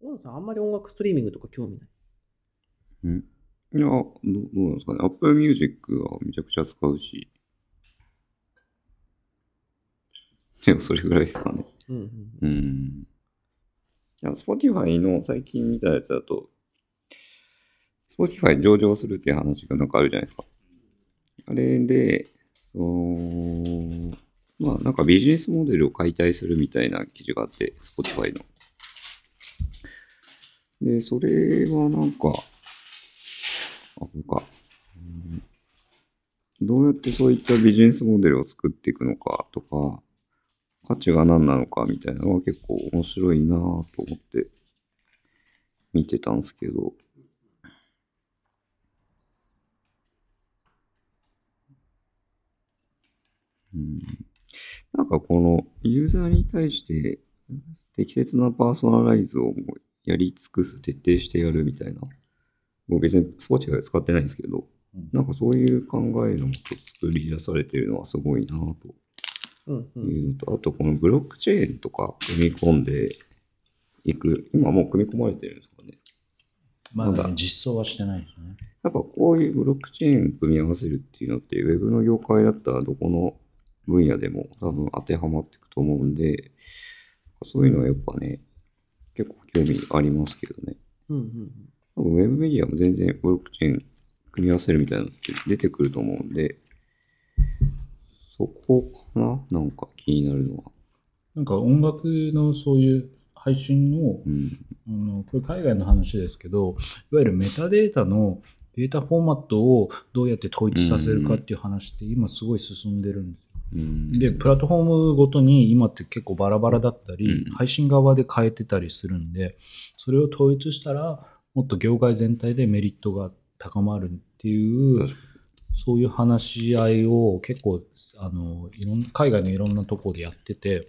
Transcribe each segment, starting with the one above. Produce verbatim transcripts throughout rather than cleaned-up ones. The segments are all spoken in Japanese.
大野さん、あんまり音楽ストリーミングとか興味ない？ んいや、ど、どうなんですかね。Apple Music はめちゃくちゃ使うし。でもそれぐらいですかね。 うんうんううん。 ん。いや、Spotify の最近見たやつだと、Spotify 上場するっていう話がなんかあるじゃないですか。あれで、その、まあなんかビジネスモデルを解体するみたいな記事があって、Spotify の。で、それはなんか、あ、これか。うんどうやってそういったビジネスモデルを作っていくのかとか、価値が何なのかみたいなのは結構面白いなぁと思って見てたんですけど、うん、なんかこのユーザーに対して適切なパーソナライズをもうやり尽くす、徹底してやるみたいな、もう別に Spotify 使ってないんですけど、なんかそういう考えのもと作り出されているのはすごいなぁとうんうん。 いうのと、あとこのブロックチェーンとか組み込んでいく、今もう組み込まれてるんですかね。 まだ、 まだね、実装はしてないですね。 やっぱこういうブロックチェーン組み合わせるっていうのって、ウェブの業界だったらどこの分野でも多分当てはまっていくと思うんで、そういうのはやっぱね、結構興味ありますけどね。 うんうん多分ウェブメディアも全然ブロックチェーン組み合わせるみたいなのって出てくると思うんで、そこかななんか気になるのは。 なんか音楽のそういう配信の、 うん。 あのこれ海外の話ですけど、いわゆるメタデータのデータフォーマットをどうやって統一させるかっていう話って今すごい進んでるんですよ。 うんで、プラットフォームごとに今って結構バラバラだったり、 うん配信側で変えてたりするんで、それを統一したらもっと業界全体でメリットが高まるっていう確かそういう話し合いを結構あのいろん海外のいろんなところでやってて、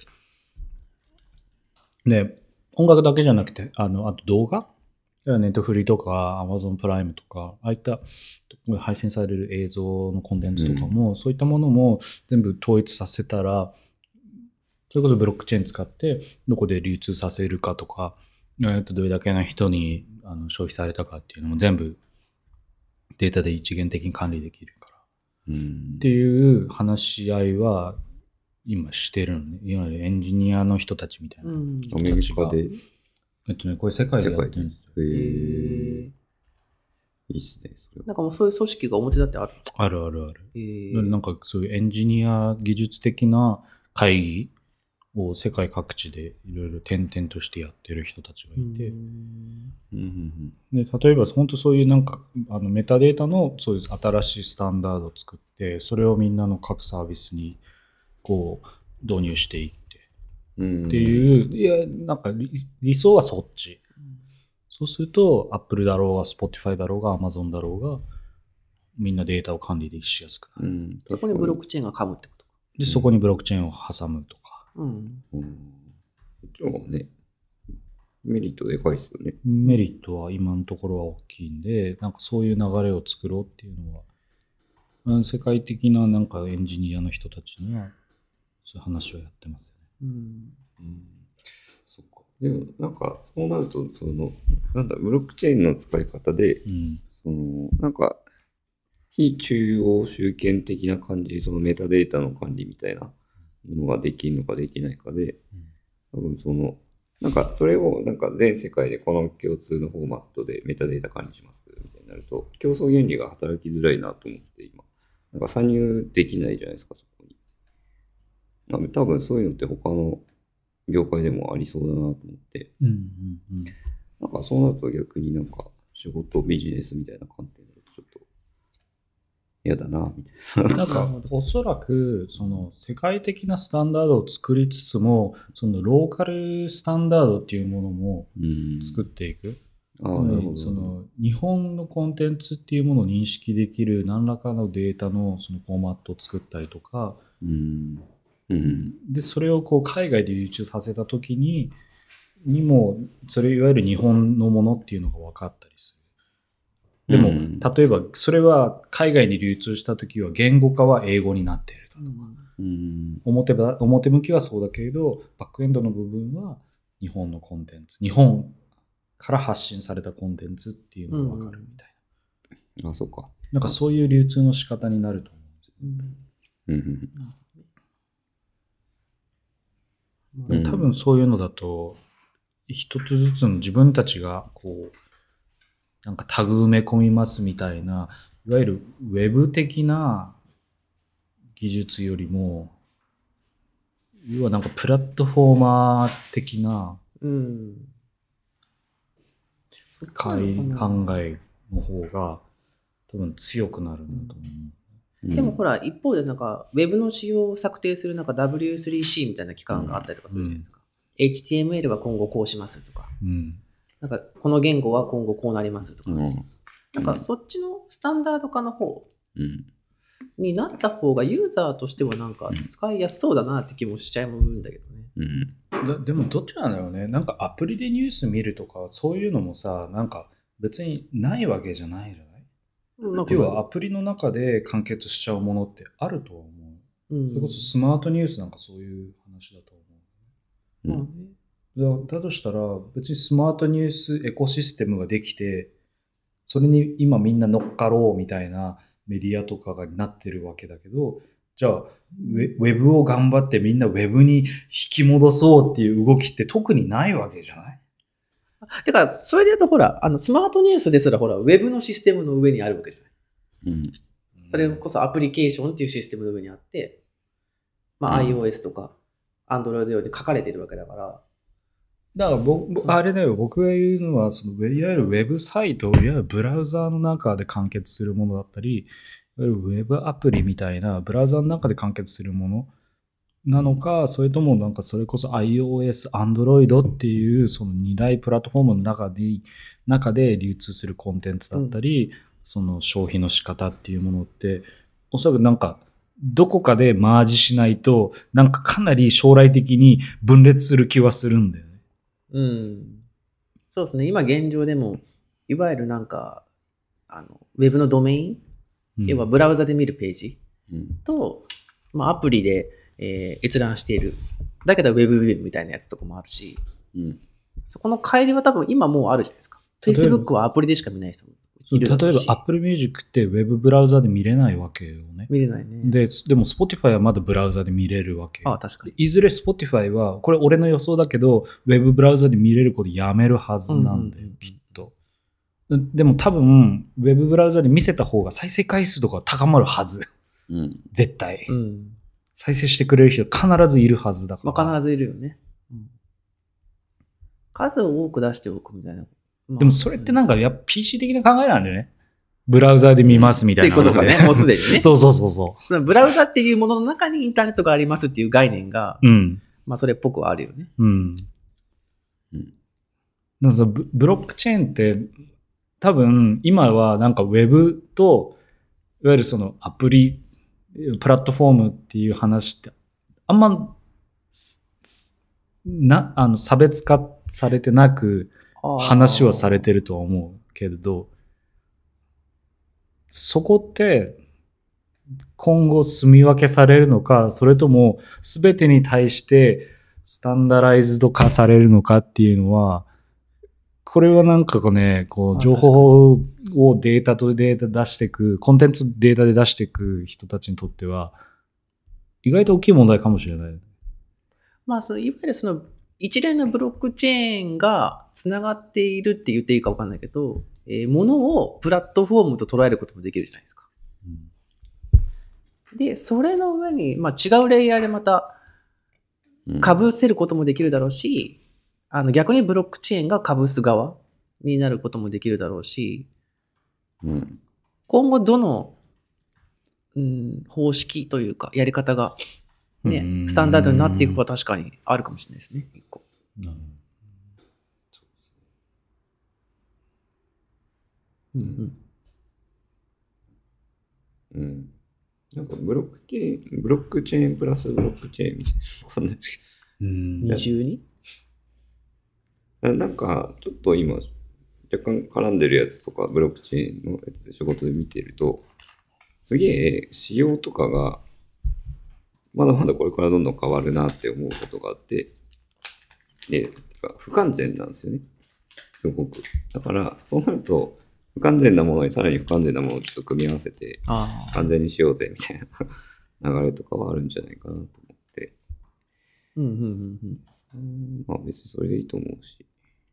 で音楽だけじゃなくてあのあと動画、ネットフリとかアマゾンプライムとかああいった配信される映像のコンテンツとかも、そういったものも全部統一させたら、それこそブロックチェーン使ってどこで流通させるかとか、えっとどれだけの人にあの消費されたかっていうのも全部データで一元的に管理できるからに。うんっていう話し合いは今してるのね。いわゆるエンジニアの人たちみたいなうん人アメたちが。 リカで、 えっとね、これ世界で世界で。 やってるんですよ。 へへーえ。 いいっすね。それはなんかもうそういう組織が表立ってある。 あるあるある。 へえ。 なんかそういうエンジニア技術的な会議を世界各地でいろいろ点々としてやってる人たちがいて、 うんうんうんで例えば本当そういうなんかあのメタデータのそういう新しいスタンダードを作ってそれをみんなの各サービスにこう導入していってうんっていう、いやなんか理理想はそっち。そうすると Apple だろうが Spotify だろうが Amazon だろうがみんなデータを管理でしやすくなる。 うんそこにブロックチェーンが噛むってことか。 でそこにブロックチェーンを挟むとか、 うん。 うん。こっちはね、メリットでかいですよね。 メリットは今のところは大きいんで、なんかそういう流れを作ろうっていうのは、うん世界的ななんかエンジニアの人たちにはそういう話をやってますよね。 うん。 うん。そっか。でも、なんか、そうなると、その、なんだ、ブロックチェーンの使い方で、 うん。 その、なんか、非中央集権的な感じで、そのメタデータの管理みたいなものができるのかできないかで、多分その、なんかそれをなんか全世界でこの共通のフォーマットでメタデータ管理しますみたいになると、競争原理が働きづらいなと思って今、なんか参入できないじゃないですか、そこに。まあ多分そういうのって他の業界でもありそうだなと思って、 うんうんうん。 なんかそうなると逆になんか仕事ビジネスみたいな観点だとちょっと嫌だな、みたいな。 なんかおそらくその世界的なスタンダードを作りつつも、そのローカルスタンダードっていうものもうん。 作っていく。 ああ、なるほど。 その日本のコンテンツっていうものを認識できる何らかのデータのそのフォーマットを作ったりとか、 うん。うん。 でそれをこう海外で流通させた時ににもそれいわゆる日本のものっていうのが分かったりする。でも、 うん例えばそれは海外に流通した時は言語化は英語になっているだとか、 うん。 表ば表向きはそうだけれどバックエンドの部分は日本のコンテンツ、日本から発信されたコンテンツっていうのが分かるみたいな、 あ、そうか。 なんかそういう流通の仕方になると思うんですよね。 うんうんうんまあうん多分そういうのだと、一つずつの自分たちがこう、なんかタグ埋め込みますみたいな、いわゆるウェブ的な技術よりも、要はなんかプラットフォーマー的なうん。そっちな考のかなえの方が多分強くなるんだと思う。 うん。 でもほら、一方でなんか、ウェブの仕様を策定するなんか ダブリュースリーシー みたいな機関があったりとかするじゃないですか。エイチティーエムエル は今後こうしますとか、 うん。 なんかこの言語は今後こうなりますとか、 うんなんかそっちのスタンダード化の方うんになった方がユーザーとしてはなんか使いやすそうだなって気もしちゃうんだけどね。 うんだでもどっちなんだろうね。なんかアプリでニュース見るとか、そういうのもさ、なんか別にないわけじゃないじゃない。 なんか要はアプリの中で完結しちゃうものってあるとは思う。 うんそれこそスマートニュースなんかそういう話だと思う。 うんまあねだだとしたら別にスマートニュースエコシステムができて、それに今みんな乗っかろうみたいなメディアとかがなってるわけだけど、じゃあウェウェブを頑張ってみんなウェブに引き戻そうっていう動きって特にないわけじゃない？ てか、それで言うとほら、あのスマートニュースですらほら、ウェブのシステムの上にあるわけじゃない。 うんそれこそアプリケーションっていうシステムの上にあって、まあ、 うん iOS とか Android 用に書かれてるわけだから、 だから僕、あれだよ、僕が言うのは、そのいわゆるウェブサイト、いわゆるブラウザーの中で完結するものだったり、いわゆるウェブアプリみたいなブラウザーの中で完結するものなのか、それともなんかそれこそ iOS、Android っていうそのに大プラットフォームの中で、中で流通するコンテンツだったり、うん、その消費の仕方っていうものって、おそらくなんか、どこかでマージしないと、なんかかなり将来的に分裂する気はするんだよね。 うん。そうですね。今現状でも、いわゆるなんか、あの、ウェブのドメイン、うん、要はブラウザで見るページと、うん、まあ、アプリで、えー、閲覧している。だけどウェブウェブみたいなやつとかもあるし、うん、そこの乖離は多分今もうあるじゃないですか。Facebook はアプリでしか見ない人もいるだろうし。 例えば Apple Music ってウェブブラウザで見れないわけよね。 見れないね。 で、でも Spotify はまだブラウザで見れるわけ。 ああ、確かに。 いずれ Spotify は、これ俺の予想だけど、ウェブブラウザで見れることやめるはずなんだよ、うんうん、きっと。でも多分、ウェブブラウザで見せた方が再生回数とか高まるはず。うん、絶対、うん。再生してくれる人必ずいるはずだから。 まあ、必ずいるよね。うん、数を多く出しておくみたいな。 まあ、でもそれってなんかやっぱ ピーシー 的な考えなんだよね。ブラウザで見ますみたいな、 うん。っていうことかね、もうすでにね。 そうそうそうそう。 そのブラウザっていうものの中にインターネットがありますっていう概念が、うん、まあそれっぽくはあるよね。 うん。うん、なんかブ, ブロックチェーンって多分今はなんかウェブといわゆるそのアプリ、プラットフォームっていう話ってあんまなあの差別化されてなく話はされてるとは思うけれど、そこって今後住み分けされるのか、それとも全てに対してスタンダライズド化されるのかっていうのは、これはなんかこうね、こう情報をデータとデータ出していく、コンテンツデータで出していく人たちにとっては意外と大きい問題かもしれない。 まあそのいわゆるその一連のブロックチェーンがつながっているって言っていいか分かんないけど、えー、ものをプラットフォームと捉えることもできるじゃないですか。うん、で、それの上に、まあ、違うレイヤーでまた被せることもできるだろうし、うん、あの逆にブロックチェーンが被す側になることもできるだろうし、うん、今後どの、うん、方式というかやり方がね、スタンダードになっていくかは確かにあるかもしれないですね。一個。 うんうんうん。なんかブロックチェーン、ブロックチェーンプラスブロックチェーンみたいな。わかんないですけど。うん。 二重に？ なんか、ちょっと今、若干絡んでるやつとか、ブロックチェーンのやつで仕事で見てると、すげえ仕様とかが、まだまだこれからどんどん変わるなって思うことがあって、で、不完全なんですよね。 すごく。だから、そうなると、不完全なものにさらに不完全なものをちょっと組み合わせて、 あ完全にしようぜみたいな流れとかはあるんじゃないかなと思って。 うんうんうんうんうんまあ別にそれでいいと思うし。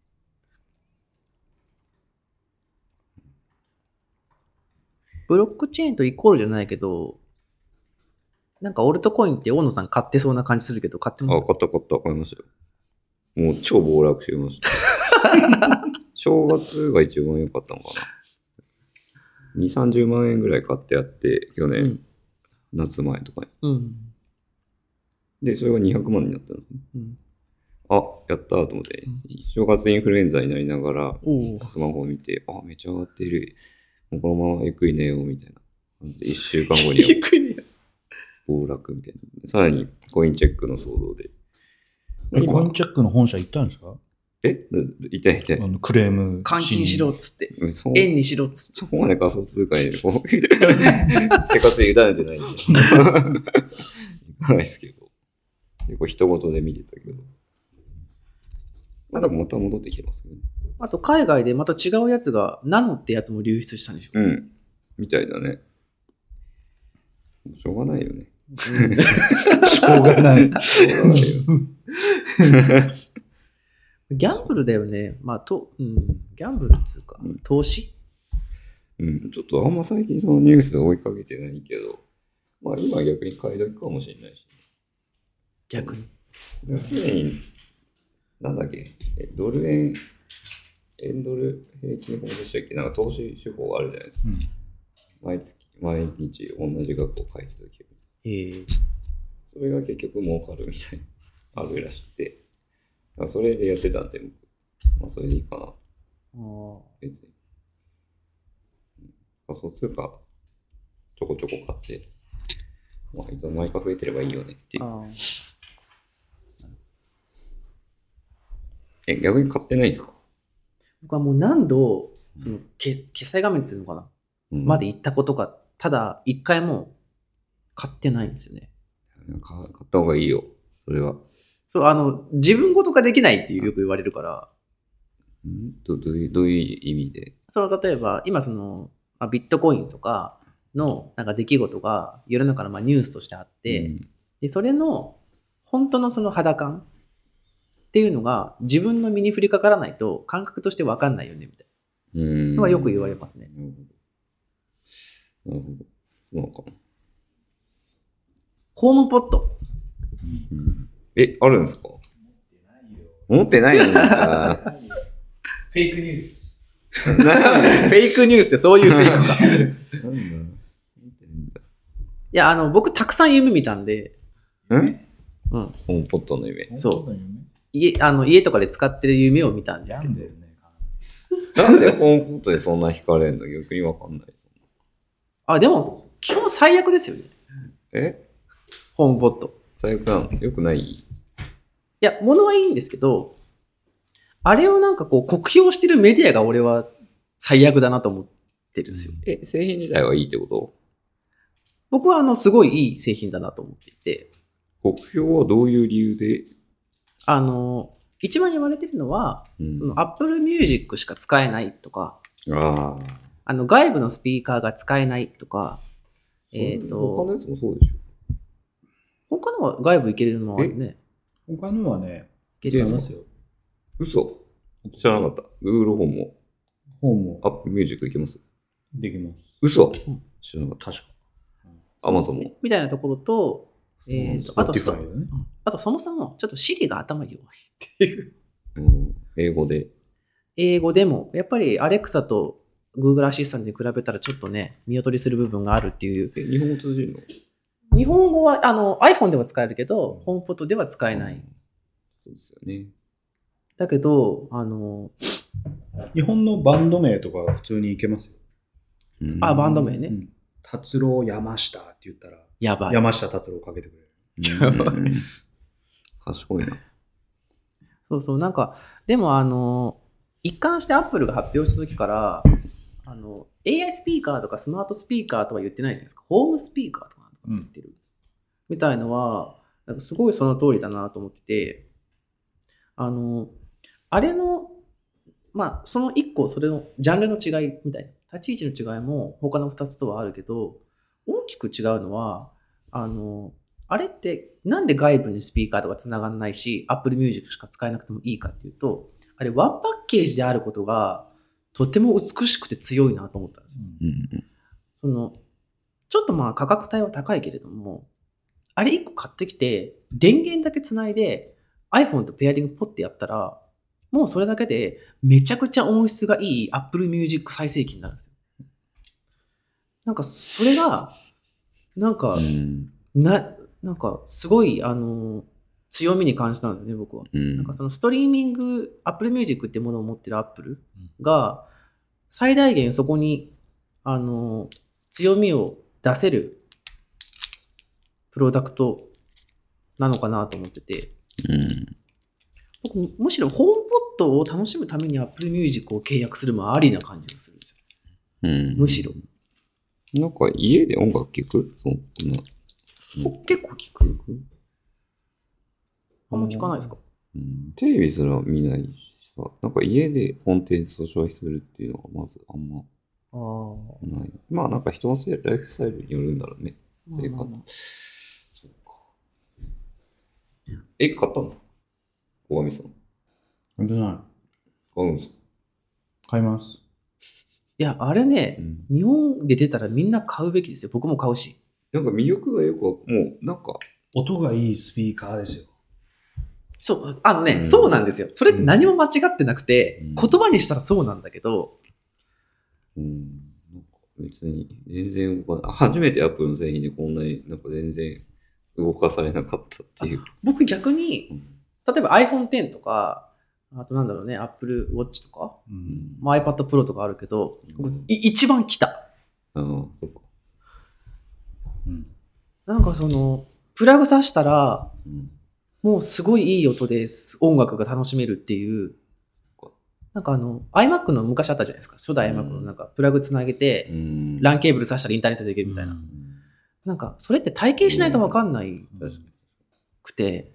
ブロックチェーンとイコールじゃないけど、なんかオルトコインって大野さん買ってそうな感じするけど、買ってまあ、 す買った買った、買いましたよ。もう超暴落してました。正月が一番良かったのかな。に、さんじゅうまん円ぐらい買ってやって、去年、 うん夏前とかに。 うんで、それがにひゃくまんになったんですね。 うんあ、やったーと思って、 うん正月インフルエンザになりながら、 おおスマホを見て、あ、めっちゃ上がっている。もうこのままゆっくり寝ようみたいな感じで。いっしゅうかんごにはゆっくりね暴落みたいな。さらにコインチェックの騒動で。 えコインチェックの本社行ったんですか？ え痛い痛い。 あのクレーム。 換金しろっつって、 うんそう円にしろっつって。 そこまで仮想通貨にこう生活に委ねてないんで。いかないですけど。結構人事で見てたけど。まだまた戻ってきてますよね。 あと海外でまた違うやつが、ナノってやつも流出したんでしょ。 うん。みたいだね。しょうがないよね。 しょうがない。 しょうがないよ。 ギャンブルだよね。まあ、と、うん、ギャンブルっつうか、 うん投資うん、ちょっとあんま最近そのニュース追いかけてないけど、まあ今逆に買い時かもしれないし、 逆に。 常に、なんだっけ、えドル円、円ドル平均法でしたっけ、なんか投資手法があるじゃないですか。 うん毎月、毎日同じ額を買い続ける。 ええそれが結局儲かるみたいな、あるらしくて。だからそれでやってたんで、僕まあそれでいいかな。 ああ別に。仮想通貨ちょこちょこ買って、まあいつの間にか増えてればいいよねっていう。 あえ、逆に買ってないんですか？ 僕はもう何度、その決決済画面っていうのかな、 うんまで行ったことが、ただ一回も買ってないんですよね。 か買った方がいいよ、それは。 そう、あの、自分ごとができないっていうよく言われるから、 んどどういうどういう意味で？ その例えば、今その、まあ、ビットコインとかのなんか出来事が世の中のまあニュースとしてあって、 うんでそれの本当のその肌感っていうのが自分の身に降りかからないと感覚として分かんないよねみたいうんなのはよく言われますね。 なるほど。なるほど。そうかな。 ホームポット。 うんえ、あるんですか？持ってないんだ。 フェイクニュース。 フェイクニュースってそういうフェイクか。 なんだ。持ってないんだ。 いや、あの、僕たくさん夢見たんで、 んうん、 ホームポットの夢。 そう家あの家とかで使ってる夢を見たんですけど、 ね。 なんでホームポットでそんな惹かれるの？逆にわかんない。 あ、でも基本最悪ですよね、 えホームポット。 最悪なの？よくない？ いや、物はいいんですけど、あれをなんかこう酷評してるメディアが俺は最悪だなと思ってるんですよ。 え、製品自体はいいってこと？ 僕はあのすごいいい製品だなと思っていて、 国評はどういう理由で？ あの、一番言われてるのは、 うんその Apple Music しか使えないとか、 ああ。 あの外部のスピーカーが使えないとか、えっ、 他と、 のやつもそうでしょ。 他のは外部いけるのはあるね。 他のはね、 いけるますよ。 嘘知らなかった。Google ホームも本も Apple Music いけます？ できます。 嘘うん知らなかった。 確か。 Amazon も。 みたいなところと、えーとあとそ Spotify よね。 あとそもそもちょっと Siri が頭弱いっていう。 うん英語で。 英語でも、やっぱり Alexa と Google アシスタントに比べたらちょっとね、見劣りする部分があるっていう。 え、日本語通じるの？ 日本語はあの iPhone では使えるけど、ホームポットでは使えない。 そうですよね。 だけど、あの、 日本のバンド名とか普通にいけますよ。 うんあ、バンド名ね。 うん達郎山下って言ったら、 やばい。 山下達郎かけてくれる。 うん賢いな。 そうそう、なんか、でもあの、一貫して Apple が発表した時から、あの、エーアイ スピーカーとかスマートスピーカーとは言ってないじゃないですか。ホームスピーカーとか言ってる。みたいのは、なんかすごいその通りだなと思ってて、あの、あれの、 まあ、その一個、それのジャンルの違いみたいな、立ち位置の違いも他の二つとはあるけど、大きく違うのは、あの、あれってなんで外部にスピーカーとか繋がんないし、Apple Music しか使えなくてもいいかっていうと、あれワンパッケージであることがとても美しくて強いなと思ったんですよ。 うん。 その、ちょっとまあ価格帯は高いけれども、あれ一個買ってきて、電源だけ繋いで iPhone とペアリングポッてやったら、もうそれだけでめちゃくちゃ音質がいい Apple Music 再生機になるんですよ。なんかそれが、なんか、 うん。 な、なんかすごい、あの、強みに感じたんですよね、僕は。 うん。 なんかそのストリーミング、Apple Music っていうものを持ってる Apple が、最大限そこに、あの、強みを出せるプロダクトなのかなと思ってて、 うん。 僕むしろホームポットを楽しむために Apple Music を契約するもありな感じがするんですよ。 うん。 むしろ。 なんか家で音楽聴くそんな。 僕結構聞く。あんま聞かないですか？ うん、テレビすら見ないしさ、なんか家でコンテンツを消費するっていうのがまずあんまない。まあなんか人のせライフスタイルによるんだろうね。生活。 まあまあまあそうか。え、買ったんですか小上さん。 買ってない。 買うんですか買います。 いや、あれね、 うん日本で出たらみんな買うべきですよ。僕も買うし。 なんか魅力がよくわもうなんか、 音がいいスピーカーですよ。 そう、あのね、 うんそうなんですよ。それって何も間違ってなくて、 うん言葉にしたらそうなんだけど、 うん、なんか別に全然動かない。初めてアップルの製品でこんなになんか全然動かされなかったっていう。 僕逆に、 うん例えば iPhone テンとか、あとなんだろうね、Apple Watch とか、 うんまあ、iPad Pro とかあるけど、僕うんい一番来た。 ああ、そっか。 うんなんかその、プラグ挿したら、 うんもうすごいいい音です音楽が楽しめるっていう、なんかあの、iMac の昔あったじゃないですか。初代 iMac のなんかプラグつなげて、 うん。 ランケーブル挿したらインターネットできるみたいな。 うんなんか、それって体験しないとわかんない確かに。 くて、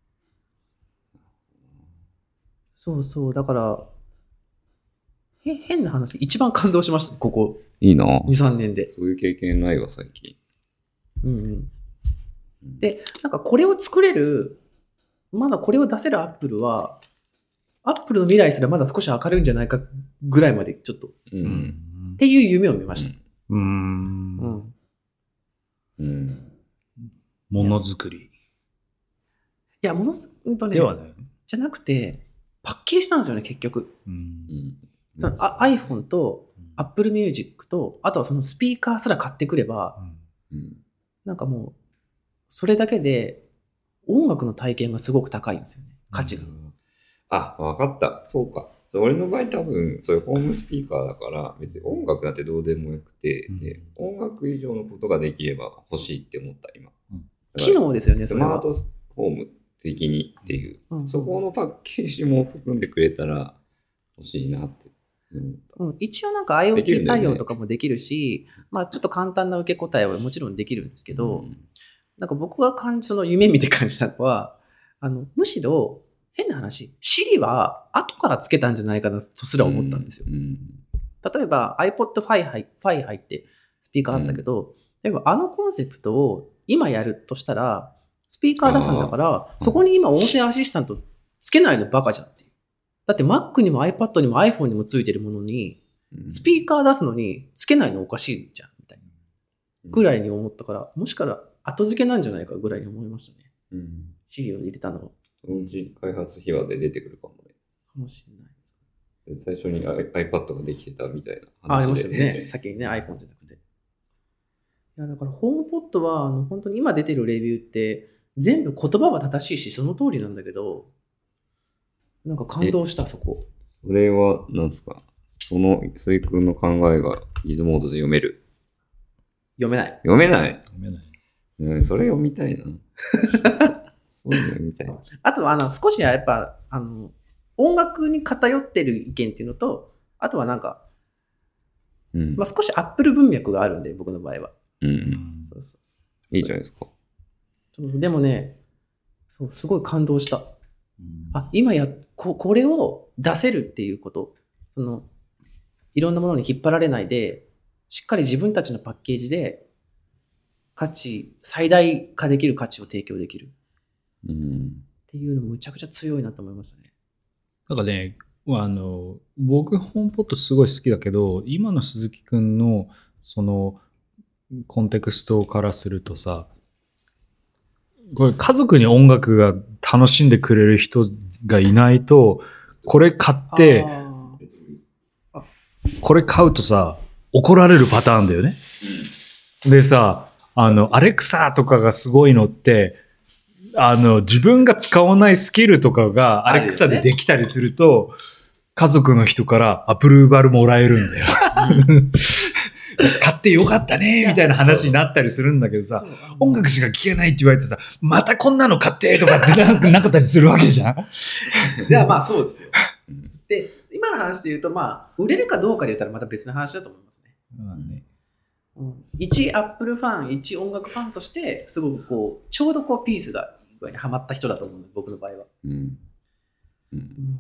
そうそう、だから、へ変な話、一番感動しました、ここいいなに、さんねんで。 そういう経験ないわ、最近。 うんうん、で、なんかこれを作れる、まだこれを出せるアップルは、アップルの未来すらまだ少し明るいんじゃないかぐらいまでちょっと、っうん。 ていう夢を見ました。 うーんうんうん。 ものづくりいや、ものすうんとね、 ではない。 じゃなくて、パッケージなんですよね、結局。 うんうん。 そのあ iPhone と Apple Music と、あとはそのスピーカーすら買ってくれば、 うん。 なんかもう、それだけで音楽の体験がすごく高いんですよね、価値が。 あ、わかった。そうか。俺の場合多分、そういうホームスピーカーだから、別に音楽なんてどうでもよくて、 うんで、音楽以上のことができれば欲しいって思った、今。 うん機能ですよね、それは。 スマートフォーム的にっていう、 うんそこのパッケージも含んでくれたら欲しいなって思った。 うん、一応なんかできるん IoT だよね対応とかもできるし、まあちょっと簡単な受け答えはもちろんできるんですけど、 うんなんか僕が感じ、その夢見て感じたのは、あの、むしろ変な話、Siri は後からつけたんじゃないかなとすら思ったんですよ。 うん例えば iPod ファイ入ってスピーカーあったけど、例えばあのコンセプトを今やるとしたら、スピーカー出すんだから、そこに今音声アシスタントつけないのバカじゃんっていう。だって Mac にも iPad にも iPhone にもついてるものに、 うんスピーカー出すのにつけないのおかしいじゃんみたいなぐらいに思ったから、もしかしたら後付けなんじゃないかぐらいに思いましたね。 うん。 Siri を入れたのは。 そのうち開発秘話で出てくるかもね。 かもしれない。 で最初に iPad ができてたみたいなあ、ありま話で。 したよね。先にね、iPhone じゃなくて。いや、だから、ホームポットは、あの、本当に今出てるレビューって、全部言葉は正しいし、その通りなんだけど、なんか感動した、そこ。 それは、なんですかその、水君の考えがギズモードで読める。 読めない。 読めない。 読めない。 うん、それ読みたいな。そういうの読みたいな。 あとは、あの、少しはやっぱ、あの、音楽に偏ってる意見っていうのと、あとはなんか、 うん。 まあ、少しアップル文脈があるんで、僕の場合は。 うん。 そうそうそう。 いいじゃないですか。 そうでもね、そう、すごい感動した。 うんあ、今やこ、これを出せるっていうこと。 そのいろんなものに引っ張られないで、しっかり自分たちのパッケージで価値、最大化できる価値を提供できるっていうのむちゃくちゃ強いなと思いましたね。 なんかね、あの僕ホームポットすごい好きだけど、今の鈴木くんのそのコンテクストからするとさ、これ家族に音楽が楽しんでくれる人がいないと、これ買ってこれ買うとさ怒られるパターンだよね。でさ、あのアレクサとかがすごいのって、あの自分が使わないスキルとかがアレクサでできたりすると、家族の人からアプローバルもらえるんだよ。買ってよかったねみたいな話になったりするんだけどさ、音楽しか聴けないって言われてさ、またこんなの買ってとかってなかったりするわけじゃん。 いやまあそうですよ。で今の話で言うと、まあ売れるかどうかで言ったらまた別の話だと思いますね。 まあね、 うん、一アップルファン、一音楽ファンとしてすごくこうちょうどこうピースがハマった人だと思う、僕の場合は。うんうんうん、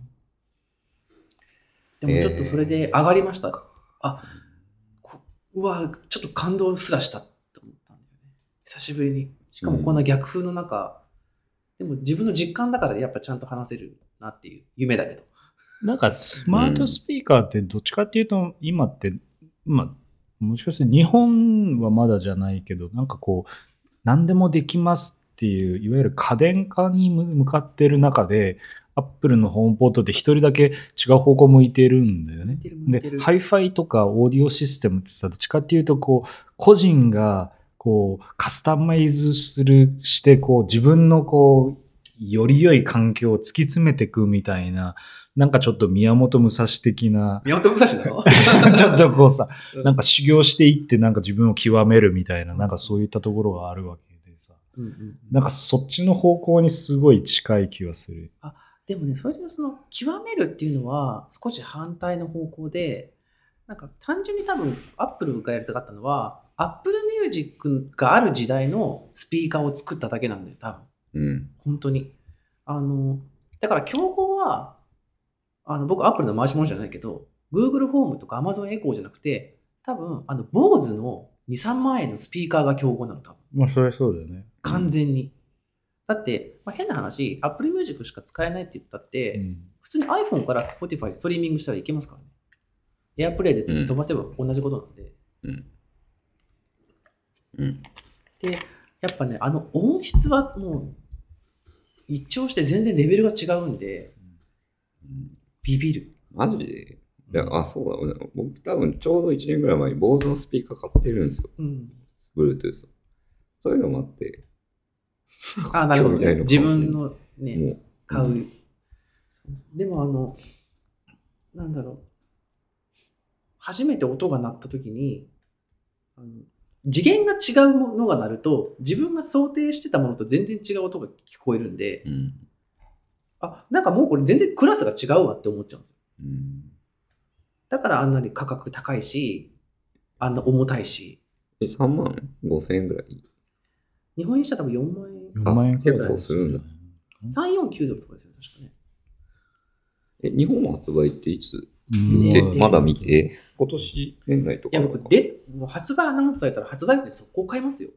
でもちょっとそれで上がりました。えー、あ、うわ、ちょっと感動すらしたと思ったんだよね。久しぶりに。しかもこんな逆風の中、うん、でも自分の実感だからやっぱちゃんと話せるなっていう夢だけど。 なんかスマートスピーカーってどっちかっていうと、今って、まあ、もしかして日本はまだじゃないけど、なんかこう、何でもできますっていう、いわゆる家電化に向かってる中で、アップルのホームポットって一人だけ違う方向向いてるんだよね。で、ハイファイとかオーディオシステムってさ、どっちかっていうと、こう、個人が、こう、カスタマイズする、して、こう、自分の、こう、より良い環境を突き詰めていくみたいな、なんかちょっと宮本武蔵的な。 宮本武蔵だろちょっとこうさ、なんか修行していって、なんか自分を極めるみたいな、なんかそういったところがあるわけでさ。うんうん、なんかそっちの方向にすごい近い気がする。 あ、でもね、それでその極めるっていうのは少し反対の方向で、なんか単純に多分アップルがやりたかったのは、アップルミュージックがある時代のスピーカーを作っただけなんだよ、多分。うん、本当に。あの、だから競合は、あの僕アップルの回し物じゃないけど、Google ホームとか Amazon エコーじゃなくて、多分あの Bose のに、さんまんえんのスピーカーが競合なの、多分。 まあそれそうだよね。 完全に。だって、まあ、変な話、Apple Music しか使えないって言ったって、うん、普通に iPhone から Spotify ストリーミングしたらいけますからね。AirPlay で別に飛ばせば同じことなんで。うんうん、で、やっぱね、あの音質はもう一聴して全然レベルが違うんで、うん、ビビる。 マジで？いや、あ、そうだ、ね。僕多分ちょうどいちねんぐらい前に Bose のスピーカー買ってるんですよ。うん、Bluetooth。そういうのもあって。 あ、なるほど、ね。自分のね、買う、うん。でもあの、なんだろう。初めて音が鳴った時に、あの次元が違うものが鳴ると、自分が想定してたものと全然違う音が聞こえるんで、うん、あ、なんかもうこれ全然クラスが違うわって思っちゃうんですよ。うん、だからあんなに価格高いし、あんな重たいし。 え、さんまんごせんえんぐらい？ 日本円にしたら多分よんまんえん。 よんまんえん結構するんだ。 さんよんきゅうドルとかですよ、確かね。 え、日本の発売っていつ見て、まだ見て、今年年内とか。 いや、僕、で、もう発売アナウンスされたら発売日で速攻買いますよ。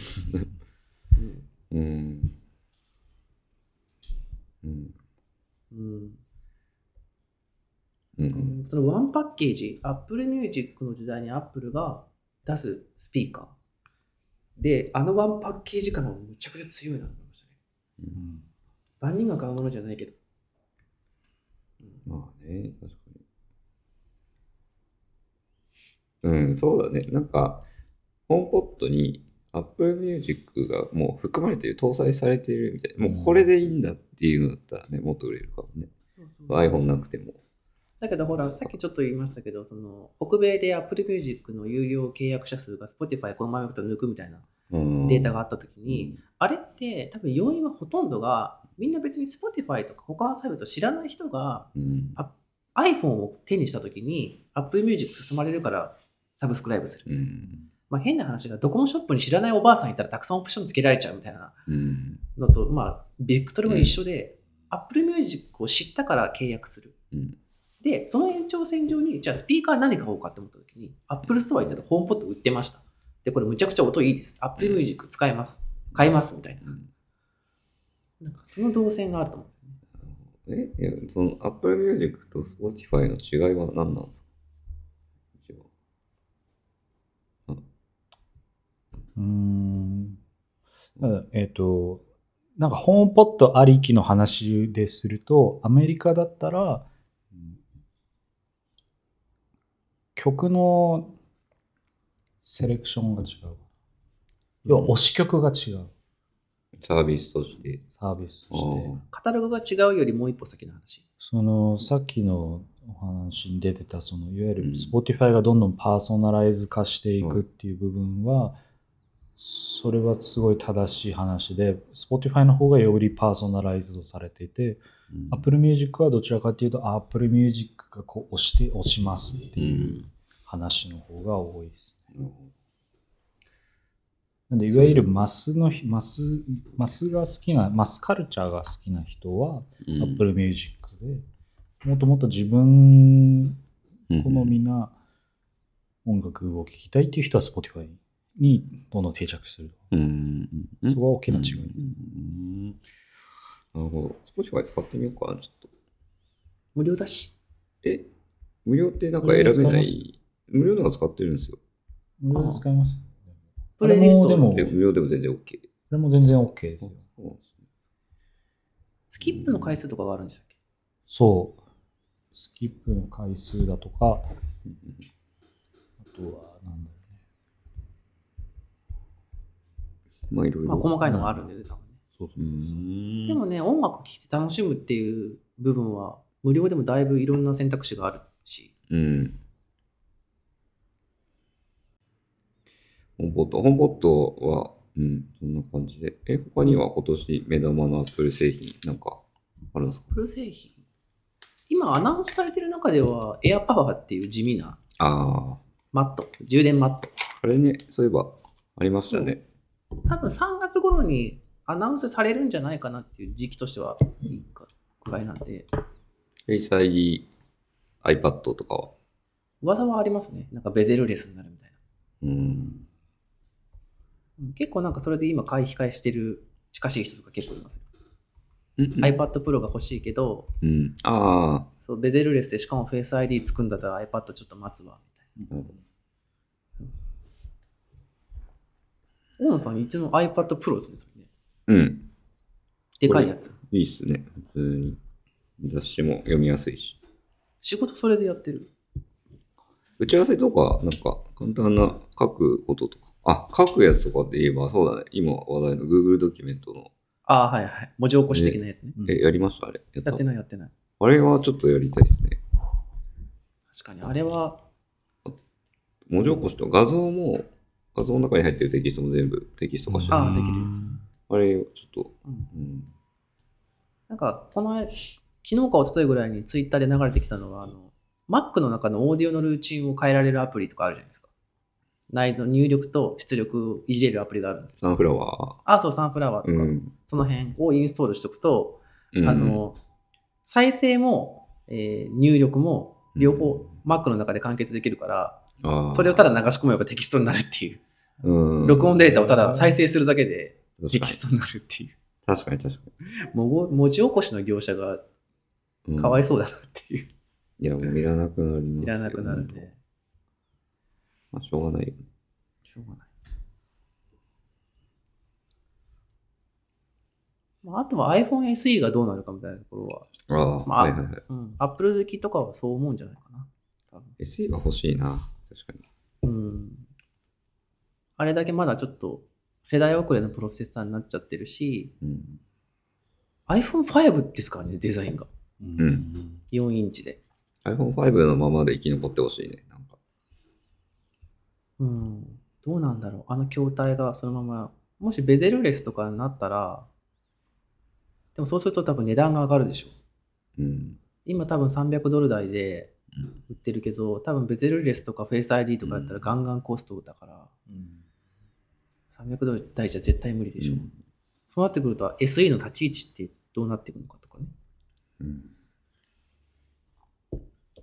うん。うん。うん。うんうん、そのワンパッケージ、Apple Music の時代に Apple が出すスピーカー。で、あのワンパッケージ感はむちゃくちゃ強いなと思いましたね。うん、万人が買うものじゃないけど。 うん、まあね、確かに。うん、そうだね。なんか、ホームポットに Apple Music がもう含まれている、搭載されているみたいな。もうこれでいいんだっていうのだったらね、もっと売れるかもね。そうそうそう iPhone なくても。 だけどほら、さっきちょっと言いましたけど、その北米で Apple Music の有料契約者数が Spotify この前のこと抜くみたいなデータがあったときに、あれって多分要因はほとんどがみんな別に Spotify とか他のサービスを知らない人が、うん、iPhone を手にしたときに Apple Music 進まれるからサブスクライブする。うんまあ、変な話がドコモショップに知らないおばあさんいたらたくさんオプションつけられちゃうみたいなのと、うん、まあベクトルが一緒で、うん、Apple Music を知ったから契約する。うんで、その延長線上に、じゃあスピーカー何買おうかって思った時に、Apple Store 行ったらホームポット売ってました。で、これむちゃくちゃ音いいです。Apple Music 使えます。買えますみたいな。なんかその動線があると思うんですよね。 え、いや、その Apple Music と Spotify の違いは何なんですか？ うーん。えっと、なんかホームポットありきの話ですると、アメリカだったら、曲のセレクションが違う。要は推し曲が違う。 サービスとして。 サービスとして。 カタログが違うよりもう一歩先の話。 その、さっきのお話に出てた、その、いわゆる Spotify がどんどんパーソナライズ化していくっていう部分は、うん、それはすごい正しい話で、Spotify の方がよりパーソナライズドされていて、うん、Apple Music はどちらかというと Apple Music がこう押して押しますっていう話の方が多いですね。うん、なんでいわゆるマスのマスマスが好きなマスカルチャーが好きな人は Apple Music で、もっともっと自分好みな音楽を聴きたいっていう人は Spotify にどんどん定着する。うん、そこは大きな違い。うん、 なるほど。Spotify 使ってみようかな、ちょっと。 無料だし。 え、無料ってなんか選べない？無料のが使ってるんですよ。 無料で使います。 プレイリストでも。 無料でも全然 OK。これも全然 OK ですよ。 スキップの回数とかがあるんでしたっけ？ そう。スキップの回数だとか、あとは、なんだろうね。 まあ、いろいろ。 まあ、細かいのがあるんでね、多分ね。そうそう。でもね、音楽聴いて楽しむっていう部分は、無料でもだいぶいろんな選択肢があるし。 うん。ホームポット、ホームポットは、うん、そんな感じで。え、他には今年目玉の Apple 製品なんかあるんですか？ Apple 製品今アナウンスされてる中では AirPower っていう地味なあマット、充電マット。 あれね、そういえばありましたね。 多分さんがつ頃にアナウンスされるんじゃないかなっていう時期としてはいいくらいなんで。 Face アイディー、iPad とかは噂はありますね。なんかベゼルレスになるみたいな。 うん。 結構なんかそれで今買い控えしてる近しい人とか結構いますよ。うんうん、iPad Pro が欲しいけど、 うん、あそうベゼルレスでしかも Face アイディー つくんだったら iPad ちょっと待つわみたいな。大野さんいつも iPad Pro ですね、それね。 うん。 でかいやつ。 いいっすね。普通に雑誌も読みやすいし。 仕事それでやってる？ 打ち合わせとか、なんか簡単な書くこととか。あ、書くやつとかで言えば、そうだね。今話題の Google ドキュメントの。 ああ、はいはい。文字起こし的なやつね。 え、やりましたあれ。 やったやってない、やってない。 あれはちょっとやりたいですね。 確かに、あれは。 文字起こしと画像も、画像の中に入ってるテキストも全部テキスト化してる。 ああ、できるやつ。 あれ、ちょっと。 うんうん、なんか、この、昨日か一昨日ぐらいにツイッターで流れてきたのは、あの、Mac の中のオーディオのルーチンを変えられるアプリとかあるじゃないですか。内蔵入力と出力をいじれるアプリがあるんですよ。 サンフラワー。 あ、そう、サンフラワーとか、うん、その辺をインストールしておくと、うん、あの、再生も、えー、入力も両方 Mac の中で完結できるから、うん、それをただ流し込めばテキストになるっていう。うん、録音データをただ再生するだけでテキストになるっていう。 確かに確かに。もう文字起こしの業者がかわいそうだなっていう。 うん、いや、もういらなくなりますよ。 いらなくなるね。 まあ、しょうがないよね。 しょうがない。まあ、あとは iPhone エスイー がどうなるかみたいなところは。 ああ、まあ、はいはいはい。 うん。Apple 好きとかはそう思うんじゃないかな。 多分 エスイー は欲しいな。確かに。 うん。あれだけまだちょっと世代遅れのプロセッサーになっちゃってるし、うん、アイフォンファイブ ですからね、デザインが。 うん。 よんインチで。 アイフォンファイブ のままで生き残ってほしいね。なんか。 うん。どうなんだろう。あの筐体がそのまま、もしベゼルレスとかになったら、でもそうすると多分値段が上がるでしょ。うん、今多分さんびゃくドル台で売ってるけど、多分ベゼルレスとかフェイス アイディー とかやったらガンガンコストだから、うん、さんびゃくドル台じゃ絶対無理でしょ。うん、そうなってくると エスイー の立ち位置ってどうなっていくのかとかね。うん、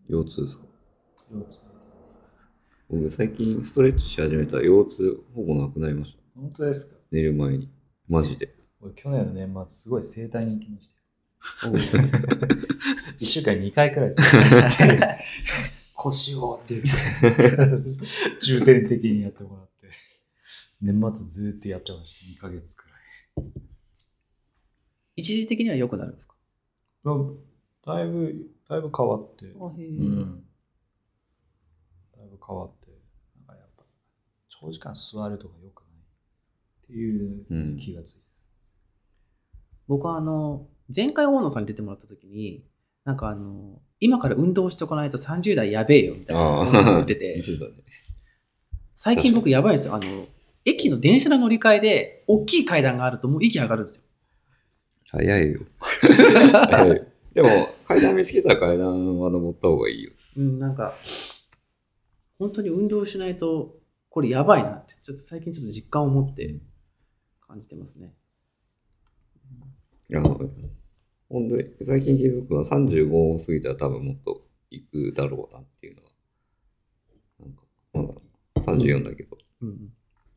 腰痛ですか？ 腰痛です。 僕最近ストレッチし始めたら腰痛ほぼなくなりました。 本当ですか？ 寝る前に。マジで。 俺去年の年末すごい整体に行きましたよ。いっしゅうかんににかいくらいですね。腰をって言って重点的にやってもらって、年末ずっとやってました。にかげつくらい。 一時的には良くなるんですか？ だいぶ、だいぶ変わって。 あへうーん。だいぶ変わって。なんかやっぱ、長時間座るとか良くないっていう気がついて。 僕はあの、前回大野さんに出てもらった時に、なんかあの、今から運動しとかないとさんじゅう代やべえよみたいなことを言ってて、 言ってたね。 最近僕やばいんですよ。あの、駅の電車の乗り換えで、大きい階段があるともう息上がるんですよ。 早いよ。早いよ。でも、階段見つけたら階段は登った方がいいよ。 うん、なんか、本当に運動しないと、これやばいなって、ちょっと最近ちょっと実感を持って感じてますね。 いや、本当に最近気づくのはさんじゅうごを過ぎたら多分もっと行くだろうなっていうのは。なんか、まださんじゅうよんだけど。 うんうん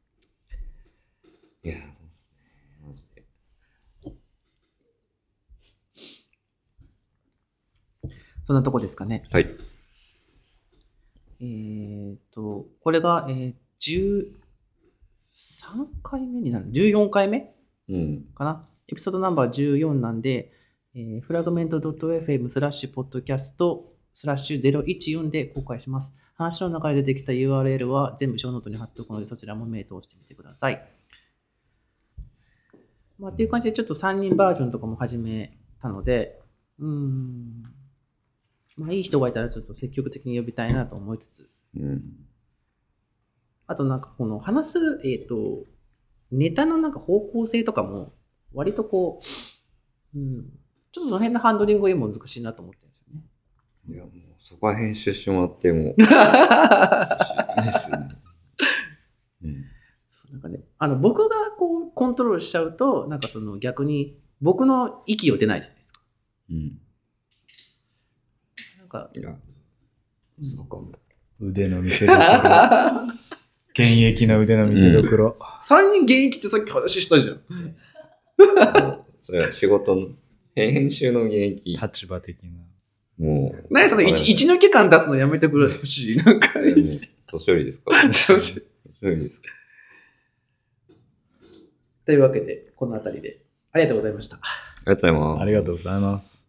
いや、そうですね。マジで。 そんなとこですかね。 はい。 えーっと、これが、えー、じゅうさんかいめになる。じゅうよんかいめうん。 かな。エピソードナンバーじゅうよんなんで、えー、フラグメント .fm スラッシュポッドキャストスラッシュゼロいちよんで公開します。話の中で出てきた ユーアールエル は全部ショーノートに貼っておくので、そちらも目通してみてください。まあ、っていう感じでちょっとさんにんバージョンとかも始めたので、うーん。まあ、いい人がいたらちょっと積極的に呼びたいなと思いつつ、 うん。 あとなんかこの話す、えっと、ネタのなんか方向性とかも、割とこう、うん、ちょっとその辺のハンドリングが今難しいなと思ってるんですよね。 いや、もうそこは編集してもらっても。ですよね。うん。 そうなんかね、あの僕がこうコントロールしちゃうと、なんかその逆に僕の息を出ないじゃないですか。 うん。 なんか、 いや、そうかも。 腕の見せ所。現役の腕の見せ所。 さんにん現役ってさっき話したじゃん。 それは仕事の、編集の現役。 立場的な。 もう。 何その一一抜け感出すのやめてくれほしい。なんか、 えもう年寄りですか年寄りですかというわけで、このあたりでありがとうございました。 ありがとうございます。 ありがとうございます。